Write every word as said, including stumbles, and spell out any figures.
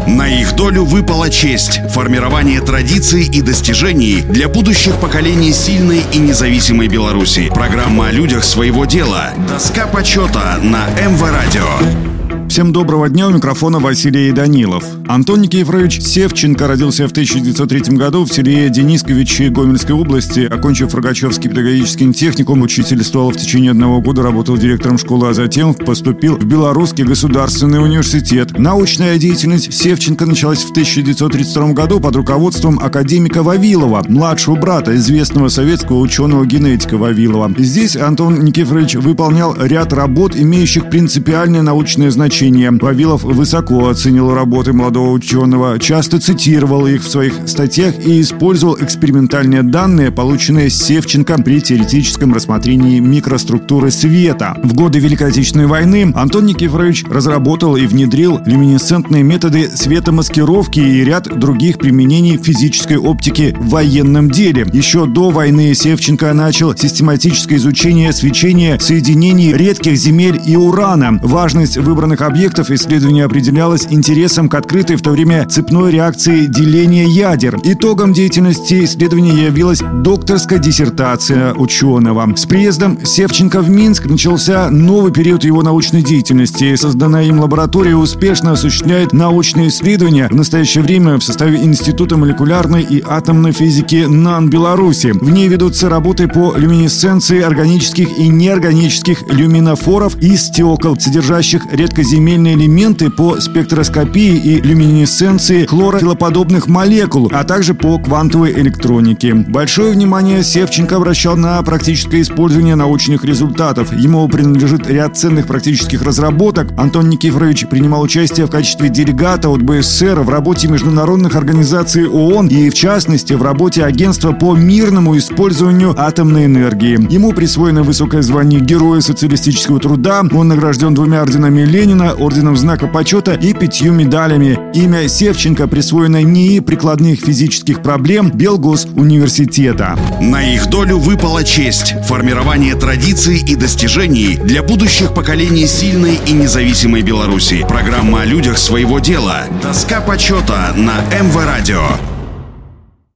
На их долю выпала честь – формирование традиций и достижений для будущих поколений сильной и независимой Беларуси. Программа о людях своего дела. Доска почета на эм вэ радио. Всем доброго дня, у микрофона Василий Данилов. Антон Никифорович Севченко родился в тысяча девятьсот третьем году в селе Денисковичи Гомельской области. Окончив Рогачевский педагогический техникум, учительствовал в течение одного года, работал директором школы, а затем поступил в Белорусский государственный университет. Научная деятельность Севченко началась в тысяча девятьсот тридцать втором году под руководством академика Вавилова, младшего брата известного советского ученого-генетика Вавилова. Здесь Антон Никифорович выполнял ряд работ, имеющих принципиальное научное значение. Вавилов высоко оценил работы молодого ученого, часто цитировал их в своих статьях и использовал экспериментальные данные, полученные Севченко при теоретическом рассмотрении микроструктуры света. В годы Великой Отечественной войны Антон Никифорович разработал и внедрил люминесцентные методы светомаскировки и ряд других применений физической оптики в военном деле. Еще до войны Севченко начал систематическое изучение свечения соединений редких земель и урана. Важность выбранных объектов исследования определялось интересом к открытой в то время цепной реакции деления ядер. Итогом деятельности исследования явилась докторская диссертация ученого. С приездом Севченко в Минск начался новый период его научной деятельности. Созданная им лаборатория успешно осуществляет научные исследования в настоящее время в составе Института молекулярной и атомной физики НАН Беларуси. В ней ведутся работы по люминесценции органических и неорганических люминофоров и стекол, содержащих редкоземельные элементы, по спектроскопии и люминесценции хлорофилоподобных молекул, а также по квантовой электронике. Большое внимание Севченко обращал на практическое использование научных результатов. Ему принадлежит ряд ценных практических разработок. Антон Никифорович принимал участие в качестве делегата от бэ эс эс эр в работе международных организаций ООН и, в частности, в работе Агентства по мирному использованию атомной энергии. Ему присвоено высокое звание Героя социалистического труда. Он награжден двумя орденами Ленина, орденом Знака почета и пятью медалями. Имя Севченко присвоено НИИ прикладных физических проблем Белгосуниверситета. На их долю выпала честь – формирование традиций и достижений для будущих поколений сильной и независимой Беларуси. Программа о людях своего дела. Доска почета на эм вэ радио.